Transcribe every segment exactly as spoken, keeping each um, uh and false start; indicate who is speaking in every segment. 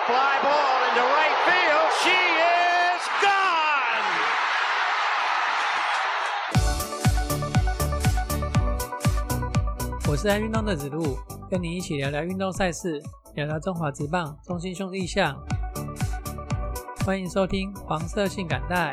Speaker 1: fly ball into right field. She is
Speaker 2: gone. 我是爱运动的子路，跟你一起聊聊运动赛事，聊聊中华职棒、中信兄弟象。欢迎收听黄色性感带。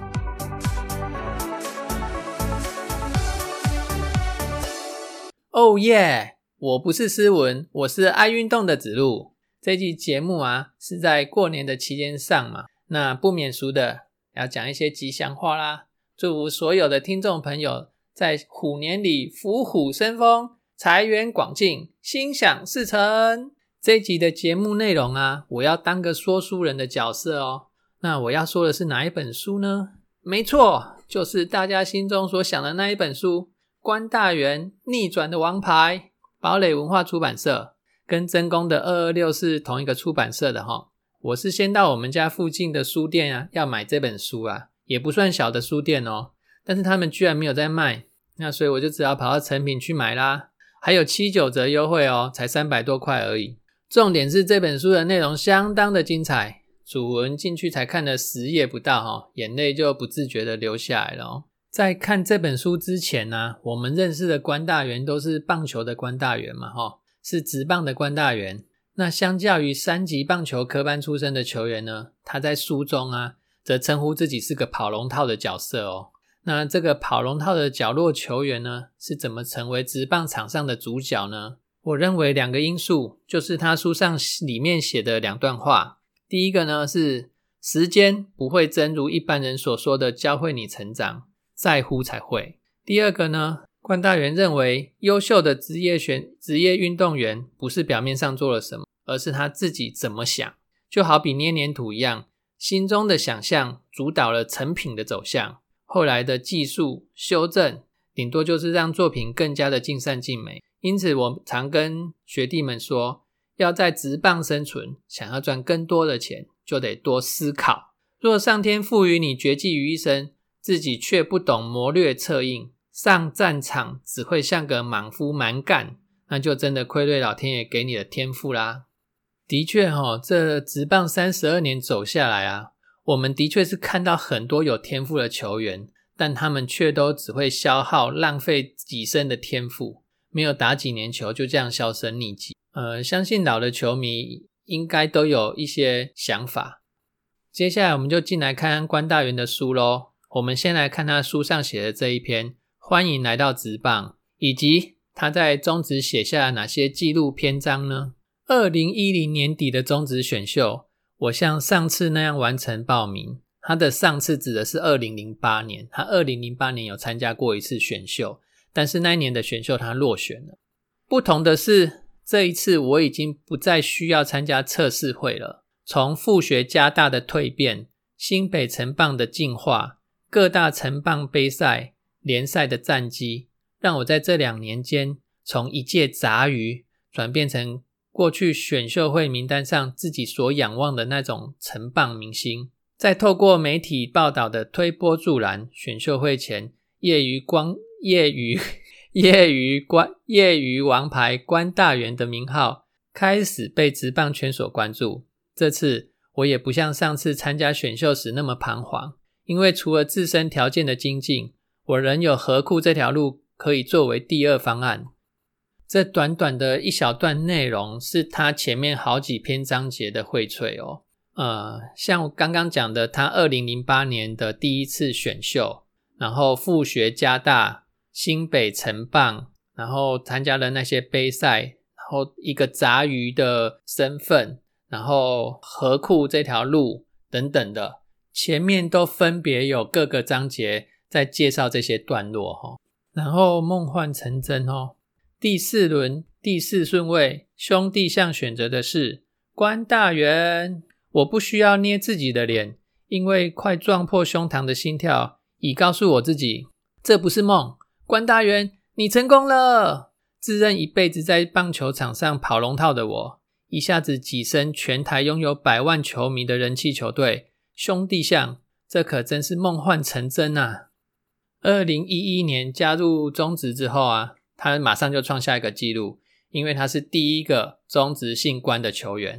Speaker 2: 哦耶！我不是斯文，我是爱运动的子路。这集节目啊，是在过年的期间上嘛，那不免俗的要讲一些吉祥话啦，祝福所有的听众朋友在虎年里虎虎生风，财源广进，心想事成。这一集的节目内容啊，我要当个说书人的角色哦。那我要说的是哪一本书呢？没错，就是大家心中所想的那一本书，关大元逆转的王牌，堡垒文化出版社，跟真宫的二二六是同一个出版社的齁。我是先到我们家附近的书店啊，要买这本书啊，也不算小的书店哦，但是他们居然没有在卖，那所以我就只好跑到诚品去买啦，还有七九折优惠哦，才三百多块而已。重点是这本书的内容相当的精彩，主文进去才看了十页不到齁，眼泪就不自觉的流下来了哦。在看这本书之前啊，我们认识的关大元都是棒球的关大元嘛齁，是职棒的关大元。那相较于三级棒球科班出身的球员呢，他在书中啊则称呼自己是个跑龙套的角色哦。那这个跑龙套的角落球员呢，是怎么成为职棒场上的主角呢？我认为两个因素，就是他书上里面写的两段话。第一个呢是时间不会真如一般人所说的教会你成长，在乎才会。第二个呢，关大元认为优秀的职业选职业运动员不是表面上做了什么，而是他自己怎么想。就好比捏黏土一样，心中的想象主导了成品的走向，后来的技术修正顶多就是让作品更加的尽善尽美。因此我常跟学弟们说，要在职棒生存，想要赚更多的钱，就得多思考。若上天赋予你绝技于一身，自己却不懂谋略策应，上战场只会像个莽夫蛮干，那就真的愧对老天爷给你的天赋啦。的确齁，这职棒三十二年走下来啊，我们的确是看到很多有天赋的球员，但他们却都只会消耗浪费几生的天赋，没有打几年球就这样销声匿迹。呃，相信老的球迷应该都有一些想法。接下来我们就进来看看关大元的书咯。我们先来看他书上写的这一篇欢迎来到职棒，以及他在中职写下了哪些纪录篇章呢？二零一零年底的中职选秀，我像上次那样完成报名。他的上次指的是二零零八年，他二零零八年有参加过一次选秀，但是那一年的选秀他落选了。不同的是，这一次我已经不再需要参加测试会了。从复学加大的蜕变，新北城棒的进化，各大城棒杯赛联赛的战绩，让我在这两年间从一介杂鱼转变成过去选秀会名单上自己所仰望的那种城棒明星。再透过媒体报道的推波助澜，选秀会前业余光业余业余关业余王牌关大元的名号开始被职棒圈所关注。这次我也不像上次参加选秀时那么彷徨，因为除了自身条件的精进，我仍有合库这条路可以作为第二方案。这短短的一小段内容是他前面好几篇章节的荟萃哦。呃，像我刚刚讲的，他二零零八年的第一次选秀，然后复学加大，新北城棒，然后参加了那些杯赛，然后一个杂鱼的身份，然后合库这条路等等的，前面都分别有各个章节在介绍这些段落齁。然后梦幻成真齁，第四轮第四顺位兄弟象选择的是关大元。我不需要捏自己的脸，因为快撞破胸膛的心跳已告诉我自己，这不是梦。关大元，你成功了！自认一辈子在棒球场上跑龙套的我，一下子跻身全台拥有百万球迷的人气球队兄弟象，这可真是梦幻成真啊。二零一一年加入中职之后啊，他马上就创下一个纪录，因为他是第一个中职姓关的球员。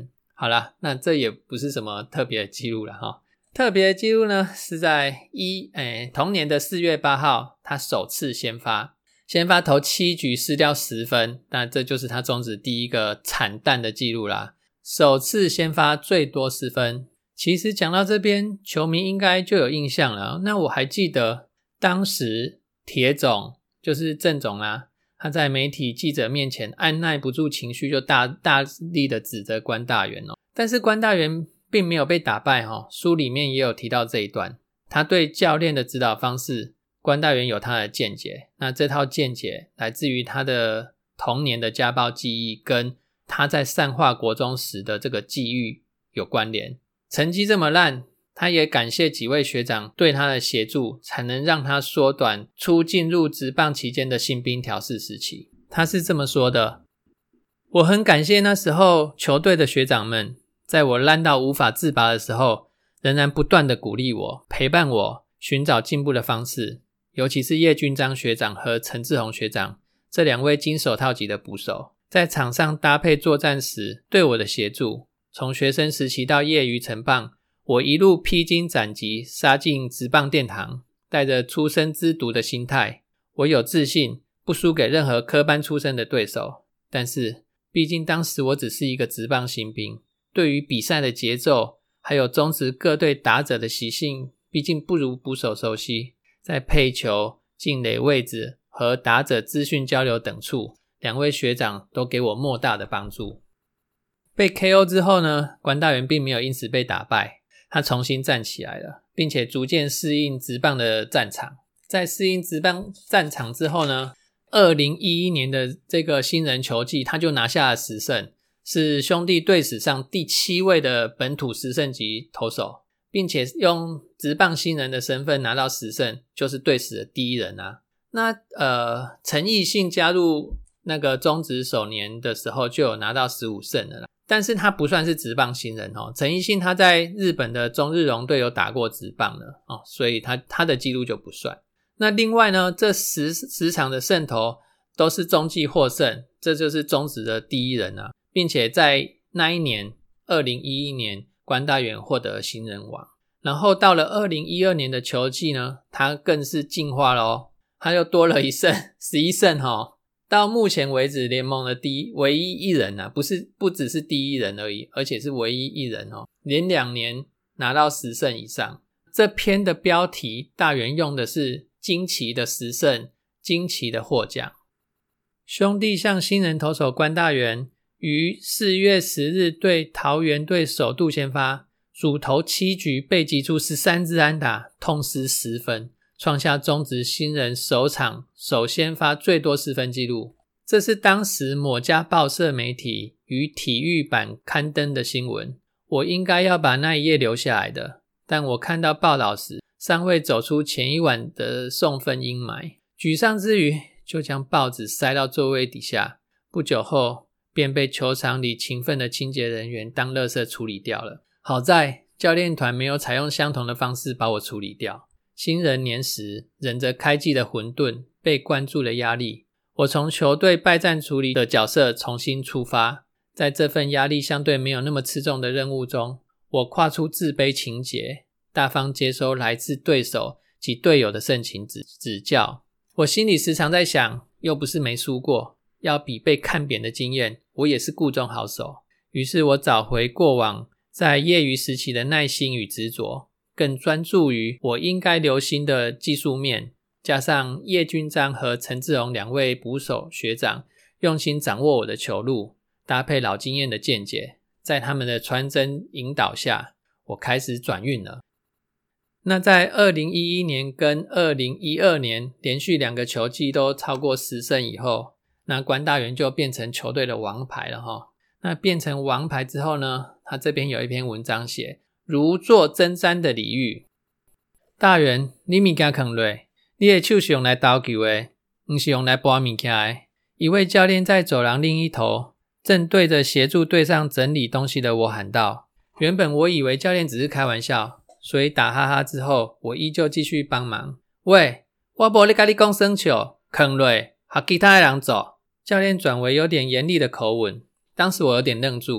Speaker 2: 好啦，那这也不是什么特别的记录啦齁。特别的记录呢是在一诶同年的四月八号，他首次先发，先发投七局失掉十分，那这就是他中职第一个惨淡的记录啦。首次先发最多失分。其实讲到这边，球迷应该就有印象了。那我还记得当时铁总就是郑总啊，他在媒体记者面前按耐不住情绪，就大大力的指责关大元哦。但是关大元并没有被打败哦，书里面也有提到这一段。他对教练的指导方式，关大元有他的见解。那这套见解来自于他的童年的家暴记忆，跟他在善化国中时的这个际遇有关联。成绩这么烂，他也感谢几位学长对他的协助，才能让他缩短初进入职棒期间的新兵调试时期。他是这么说的：我很感谢那时候球队的学长们，在我烂到无法自拔的时候，仍然不断的鼓励我，陪伴我寻找进步的方式。尤其是叶君章学长和陈志宏学长，这两位金手套级的捕手，在场上搭配作战时对我的协助，从学生时期到业余成棒，我一路披荆斩棘，杀进职棒殿堂，带着初生之犊的心态，我有自信不输给任何科班出身的对手。但是毕竟当时我只是一个职棒新兵，对于比赛的节奏还有中职各队打者的习性毕竟不如捕手熟悉，在配球、进垒位置和打者资讯交流等处，两位学长都给我莫大的帮助。被 K O 之后呢，关大元并没有因此被打败，他重新站起来了，并且逐渐适应职棒的战场。在适应职棒战场之后呢，二零一一年的这个新人球季他就拿下了十胜，是兄弟队史上第七位的本土十胜级投手，并且用职棒新人的身份拿到十胜，就是队史的第一人啊。那呃，陈奕迅加入那个中职首年的时候就有拿到十五胜了啦，但是他不算是职棒新人哦。陈奕迅他在日本的中日龙队有打过职棒了哦，所以他他的记录就不算。那另外呢，这十十场的胜投都是中继获胜，这就是中职的第一人啊，并且在那一年二零一一年关大元获得新人王。然后到了二零一二年的球季呢，他更是进化了哦，他又多了一胜，十一胜哦。到目前为止联盟的第一唯一一人啊，不是不只是第一人而已，而且是唯一一人哦，连两年拿到十胜以上。这篇的标题大元用的是惊奇的十胜，惊奇的获奖。兄弟向新人投手关大元于四月十日对桃园队首度先发，主投七局被击出十三支安打，痛失十分，创下中职新人首场首先发最多失分纪录。这是当时某家报社媒体于体育版刊登的新闻，我应该要把那一页留下来的，但我看到报道时尚未走出前一晚的送分阴霾，沮丧之余就将报纸塞到座位底下，不久后便被球场里勤奋的清洁人员当垃圾处理掉了。好在教练团没有采用相同的方式把我处理掉。新人年时忍着开季的混沌，被灌注了压力，我从球队败战处理的角色重新出发。在这份压力相对没有那么吃重的任务中，我跨出自卑情节，大方接收来自对手及队友的盛情 指, 指教。我心里时常在想，又不是没输过，要比被看扁的经验，我也是顾中好手。于是我找回过往在业余时期的耐心与执着，更专注于我应该留心的技术面，加上叶君章和陈志宏两位捕手学长用心掌握我的球路，搭配老经验的见解，在他们的传真引导下，我开始转运了。那在二零一一年跟二零一二年连续两个球季都超过十胜以后，那关大元就变成球队的王牌了齁。那变成王牌之后呢，他这边有一篇文章写如坐针毡的礼遇。大元，你物件放落，你的手是用来投球的，不是用来搬物件的。一位教练在走廊另一头，正对着协助队上整理东西的我喊道。原本我以为教练只是开玩笑，所以打哈哈之后，我依旧继续帮忙。喂，我没在跟你讲耍笑，放落，和其他的人走。教练转为有点严厉的口吻，当时我有点愣住，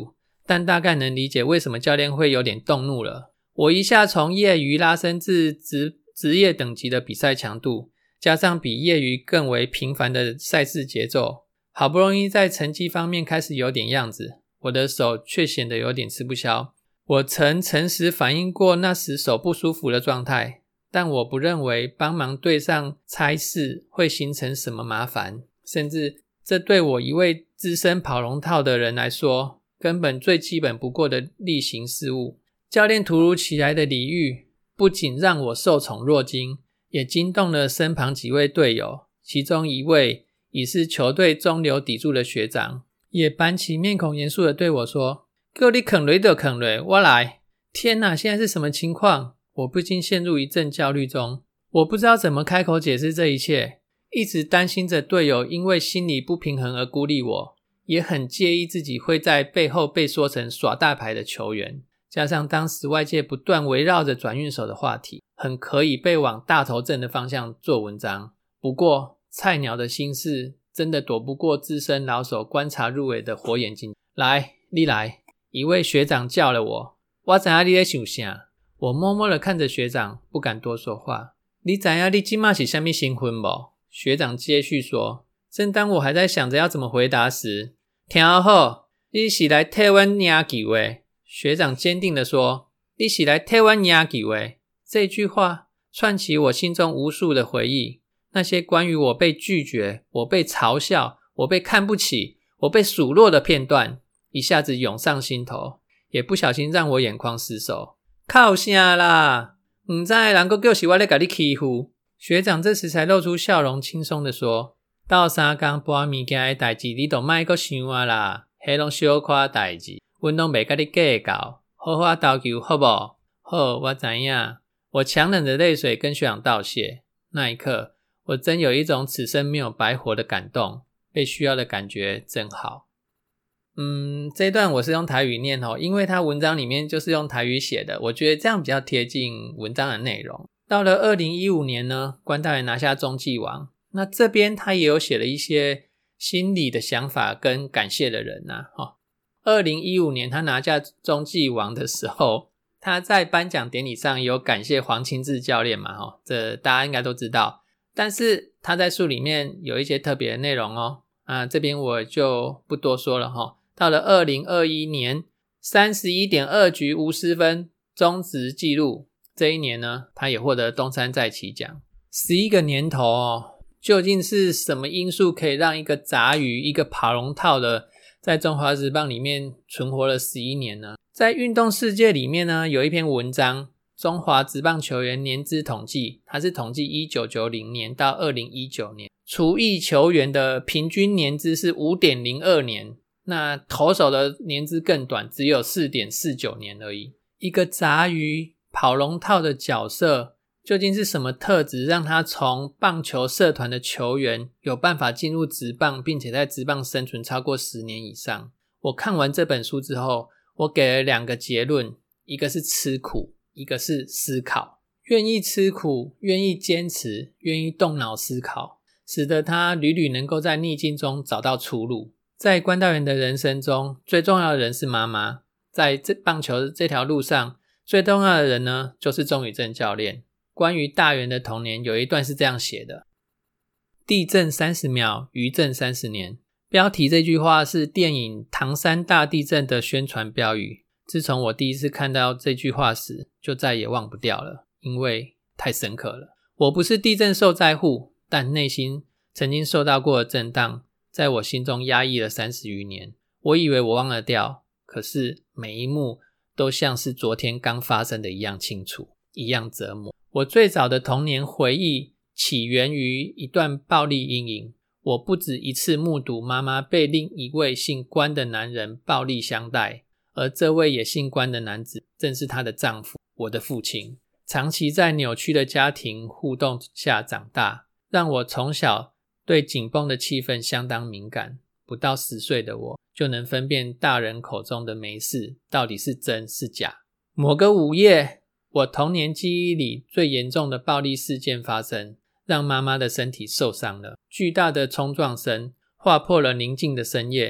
Speaker 2: 但大概能理解为什么教练会有点动怒了。我一下从业余拉升至职职业等级的比赛强度，加上比业余更为频繁的赛事节奏，好不容易在成绩方面开始有点样子，我的手却显得有点吃不消。我曾诚实反映过那时手不舒服的状态，但我不认为帮忙对上差事会形成什么麻烦，甚至这对我一位资深跑龙套的人来说，根本最基本不过的例行事务。教练突如其来的礼遇不仅让我受宠若惊，也惊动了身旁几位队友，其中一位已是球队中流砥柱的学长，也板起面孔严肃地对我说，叫你啃雷就啃雷，我来。天哪，现在是什么情况？我不禁陷入一阵焦虑中，我不知道怎么开口解释这一切，一直担心着队友因为心理不平衡而孤立我，也很介意自己会在背后被说成耍大牌的球员。加上当时外界不断围绕着转运手的话题，很可以被往大头阵的方向做文章。不过菜鸟的心事真的躲不过资深老手观察入微的火眼金。来，你来。一位学长叫了我，我知道你在想啥。我默默地看着学长，不敢多说话。你知道你现在是什么身份不？学长接续说。正当我还在想着要怎么回答时，听好，你是来替我赢球的。学长坚定地说，你是来替我赢球的。这句话串起我心中无数的回忆，那些关于我被拒绝，我被嘲笑，我被看不起，我被数落的片段，一下子涌上心头，也不小心让我眼眶湿手。靠啥啦？不知道的人还叫是我在给你欺负。学长这时才露出笑容，轻松地说，到三天搬物件的代志你都别再想啊啦，那拢小可代志，阮拢袂跟你计较，好好投球好不好？好，我知影。我强忍着泪水跟学长道谢。那一刻，我真有一种此生没有白活的感动，被需要的感觉真好。嗯，这一段我是用台语念齁，因为他文章里面就是用台语写的，我觉得这样比较贴近文章的内容。到了二零一五年呢，关大元拿下中继王，那这边他也有写了一些心里的想法跟感谢的人啊。齁二零一五年他拿下中继王的时候，他在颁奖典礼上有感谢黄清志教练嘛，齁这大家应该都知道。但是他在书里面有一些特别的内容哦，啊，这边我就不多说了齁。到了二零二一年 三十一点二 局无失分，中职纪录。这一年呢，他也获得东山再起奖。十一个年头哦，究竟是什么因素可以让一个杂鱼，一个跑龙套的在中华职棒里面存活了十一年呢？在运动世界里面呢，有一篇文章，中华职棒球员年资统计，它是统计一九九零年到二零一九年，除役球员的平均年资是 五点零二 年，那投手的年资更短，只有 四点四九 年而已。一个杂鱼跑龙套的角色，究竟是什么特质让他从棒球社团的球员有办法进入职棒，并且在职棒生存超过十年以上？我看完这本书之后，我给了两个结论，一个是吃苦，一个是思考。愿意吃苦，愿意坚持，愿意动脑思考，使得他屡屡能够在逆境中找到出路。在关大元的人生中，最重要的人是妈妈。在这棒球这条路上，最重要的人呢，就是钟宇正教练。关于大元的童年，有一段是这样写的：地震三十秒，余震三十年。标题这句话是电影唐山大地震的宣传标语。自从我第一次看到这句话时，就再也忘不掉了，因为太深刻了。我不是地震受灾户，但内心曾经受到过的震荡，在我心中压抑了三十余年。我以为我忘了掉，可是每一幕都像是昨天刚发生的一样清楚，一样折磨。我最早的童年回忆起源于一段暴力阴影。我不止一次目睹妈妈被另一位姓关的男人暴力相待，而这位也姓关的男子正是她的丈夫，我的父亲。长期在扭曲的家庭互动下长大，让我从小对紧绷的气氛相当敏感。不到十岁的我就能分辨大人口中的没事到底是真是假。某个午夜，我童年记忆里最严重的暴力事件发生，让妈妈的身体受伤了。巨大的冲撞声划破了宁静的深夜，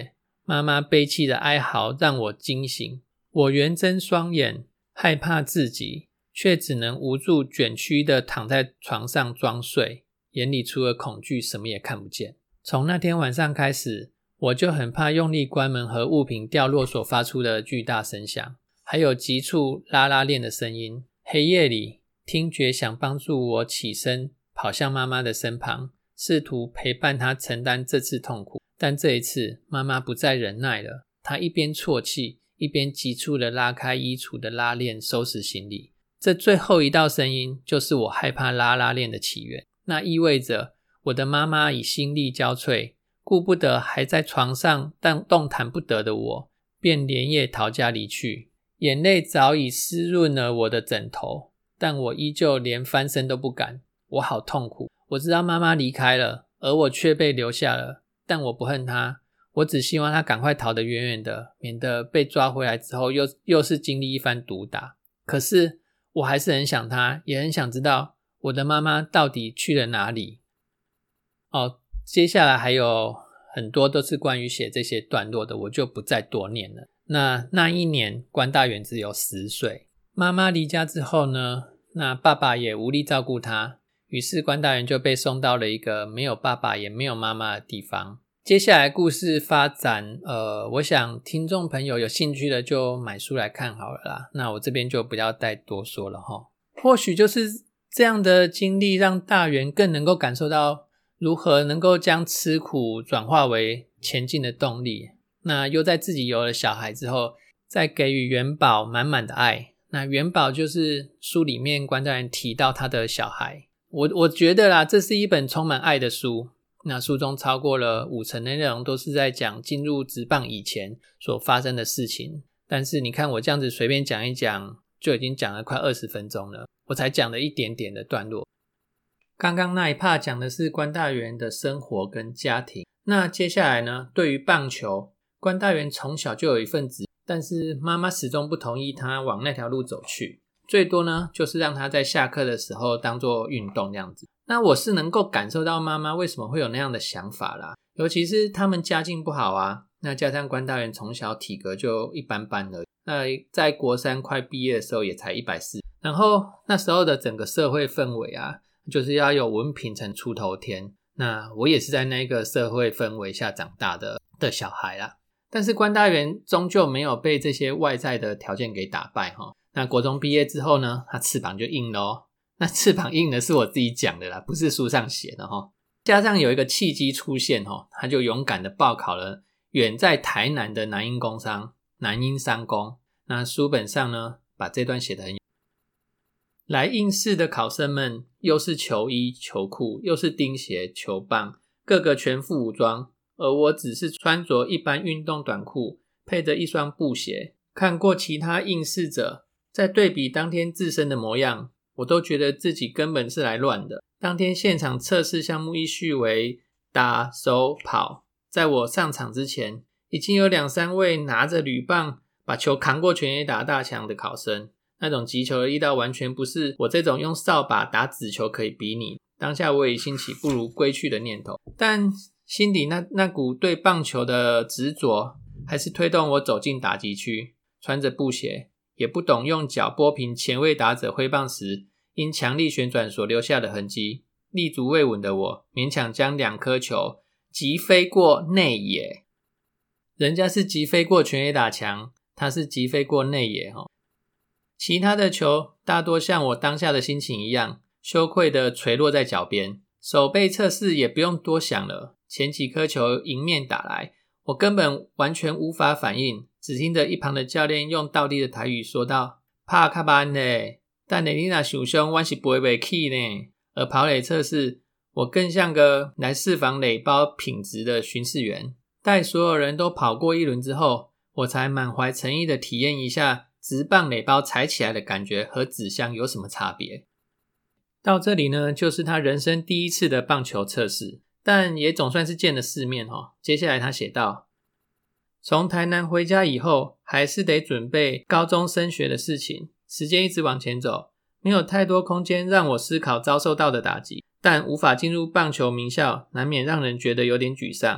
Speaker 2: 妈妈悲泣的哀嚎让我惊醒，我圆睁双眼，害怕自己，却只能无助卷曲的躺在床上装睡，眼里除了恐惧什么也看不见。从那天晚上开始，我就很怕用力关门和物品掉落所发出的巨大声响，还有急促拉拉链的声音。黑夜里，听觉想帮助我起身跑向妈妈的身旁，试图陪伴她承担这次痛苦。但这一次妈妈不再忍耐了，她一边啜泣，一边急促地拉开衣橱的拉链收拾行李。这最后一道声音就是我害怕拉拉链的起源，那意味着我的妈妈已心力交瘁，顾不得还在床上但动弹不得的我，便连夜逃家离去。眼泪早已湿润了我的枕头，但我依旧连翻身都不敢。我好痛苦，我知道妈妈离开了，而我却被留下了，但我不恨她，我只希望她赶快逃得远远的，免得被抓回来之后又又是经历一番毒打。可是我还是很想她，也很想知道我的妈妈到底去了哪里。哦，接下来还有很多都是关于写这些段落的，我就不再多念了。那那一年关大元只有十岁，妈妈离家之后呢，那爸爸也无力照顾他，于是关大元就被送到了一个没有爸爸也没有妈妈的地方。接下来故事发展，呃，我想听众朋友有兴趣的就买书来看好了啦。那我这边就不要再多说了齁。或许就是这样的经历让大元更能够感受到如何能够将吃苦转化为前进的动力。那又在自己有了小孩之后，再给予元宝满满的爱。那元宝就是书里面关大元提到他的小孩。我我觉得啦，这是一本充满爱的书。那书中超过了五成的内容都是在讲进入职棒以前所发生的事情。但是你看我这样子随便讲一讲，就已经讲了快二十分钟了，我才讲了一点点的段落。刚刚那一 part 讲的是关大元的生活跟家庭。那接下来呢，对于棒球，关大元从小就有一份志，但是妈妈始终不同意他往那条路走去，最多呢就是让他在下课的时候当作运动这样子。那我是能够感受到妈妈为什么会有那样的想法啦，尤其是他们家境不好啊，那加上关大元从小体格就一般般了，那在国三快毕业的时候也才一百四十，然后那时候的整个社会氛围啊，就是要有文凭才出头天。那我也是在那个社会氛围下长大的的小孩啦。但是关大元终究没有被这些外在的条件给打败齁。那国中毕业之后呢，他翅膀就硬了哦。那翅膀硬的是我自己讲的啦，不是书上写的齁。加上有一个契机出现齁，他就勇敢的报考了远在台南的南英工商南英商工。那书本上呢，把这段写得很来应试的考生们又是球衣球裤，又是钉鞋球棒，个个全副武装，而我只是穿着一般运动短裤，配着一双布鞋。看过其他应试者，在对比当天自身的模样，我都觉得自己根本是来乱的。当天现场测试项目依序为打、手、跑，在我上场之前，已经有两三位拿着铝棒把球扛过全垒打大墙的考生，那种击球的力道完全不是我这种用扫把打纸球可以比拟。当下我也兴起不如归去的念头，但心底那那股对棒球的执着还是推动我走进打击区，穿着布鞋，也不懂用脚拨平前卫打者挥棒时因强力旋转所留下的痕迹。立足未稳的我勉强将两颗球击飞过内野，人家是击飞过全垒打墙，他是击飞过内野齁。其他的球大多像我当下的心情一样，羞愧地垂落在脚边。手背测试也不用多想了，前几颗球迎面打来，我根本完全无法反应，只听着一旁的教练用道地的台语说道：拍较慢咧，但你若想伤，我是飞不起呢。而跑垒测试，我更像个来试防垒包品质的巡视员，待所有人都跑过一轮之后，我才满怀诚意的体验一下职棒垒包踩起来的感觉和纸箱有什么差别。到这里呢，就是他人生第一次的棒球测试，但也总算是见了世面齁。接下来他写道：从台南回家以后，还是得准备高中升学的事情，时间一直往前走，没有太多空间让我思考遭受到的打击，但无法进入棒球名校，难免让人觉得有点沮丧。回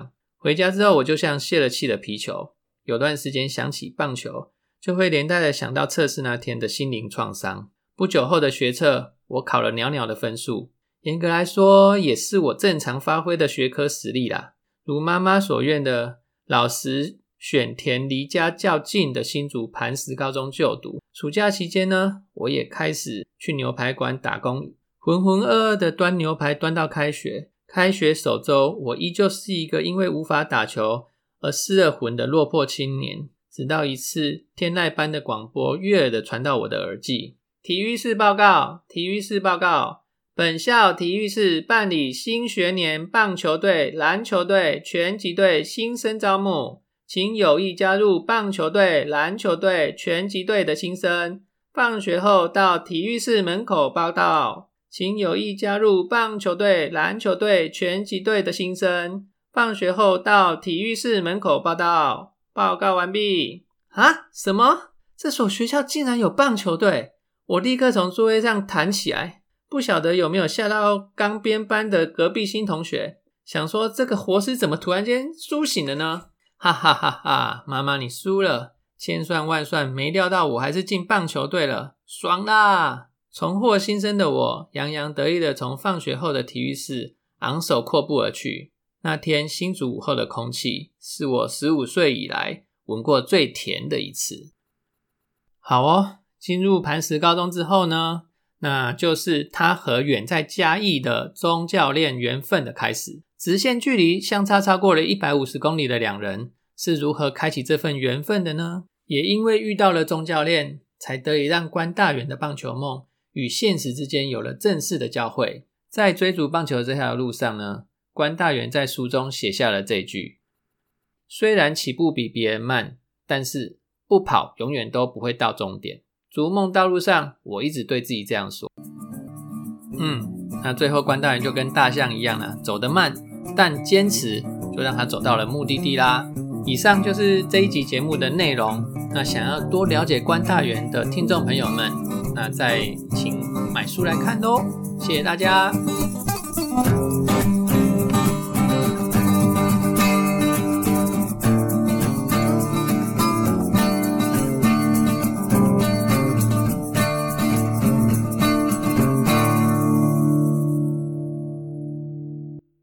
Speaker 2: 回家之后我就像泄了气的皮球，有段时间想起棒球就会连带的想到测试那天的心灵创伤。不久后的学测我考了袅袅的分数，严格来说也是我正常发挥的学科实力啦。如妈妈所愿的老实选填离家较近的新竹磐石高中就读。暑假期间呢，我也开始去牛排馆打工，浑浑噩噩的端牛排端到开学。开学首周，我依旧是一个因为无法打球而失了魂的落魄青年。直到一次天籁般的广播悦耳的传到我的耳际：体育室报告，体育室报告，本校体育室办理新学年棒球队、篮球队、拳击队新生招募，请有意加入棒球队、篮球队、拳击队的新生，放学后到体育室门口报到。请有意加入棒球队、篮球队、拳击队的新生，放学后到体育室门口报到。报告完毕。啊？什么？这所学校竟然有棒球队？我立刻从座位上弹起来，不晓得有没有吓到刚编班的隔壁新同学，想说这个活尸怎么突然间苏醒了呢？哈哈哈哈，妈妈你输了，千算万算没料到我还是进棒球队了，爽啦！重获新生的我洋洋得意的从放学后的体育室昂首阔步而去。那天新竹午后的空气是我十五岁以来闻过最甜的一次。好哦，进入磐石高中之后呢，那就是他和远在嘉义的钟教练缘分的开始。直线距离相差超过了一百五十公里的两人是如何开启这份缘分的呢？也因为遇到了钟教练，才得以让关大元的棒球梦与现实之间有了正式的交汇。在追逐棒球这条路上呢，关大元在书中写下了这句：虽然起步比别人慢，但是不跑永远都不会到终点。逐梦道路上，我一直对自己这样说。嗯，那最后关大元就跟大象一样啦，走得慢，但坚持就让他走到了目的地啦。以上就是这一集节目的内容。那想要多了解关大元的听众朋友们，那再请买书来看咯。谢谢大家。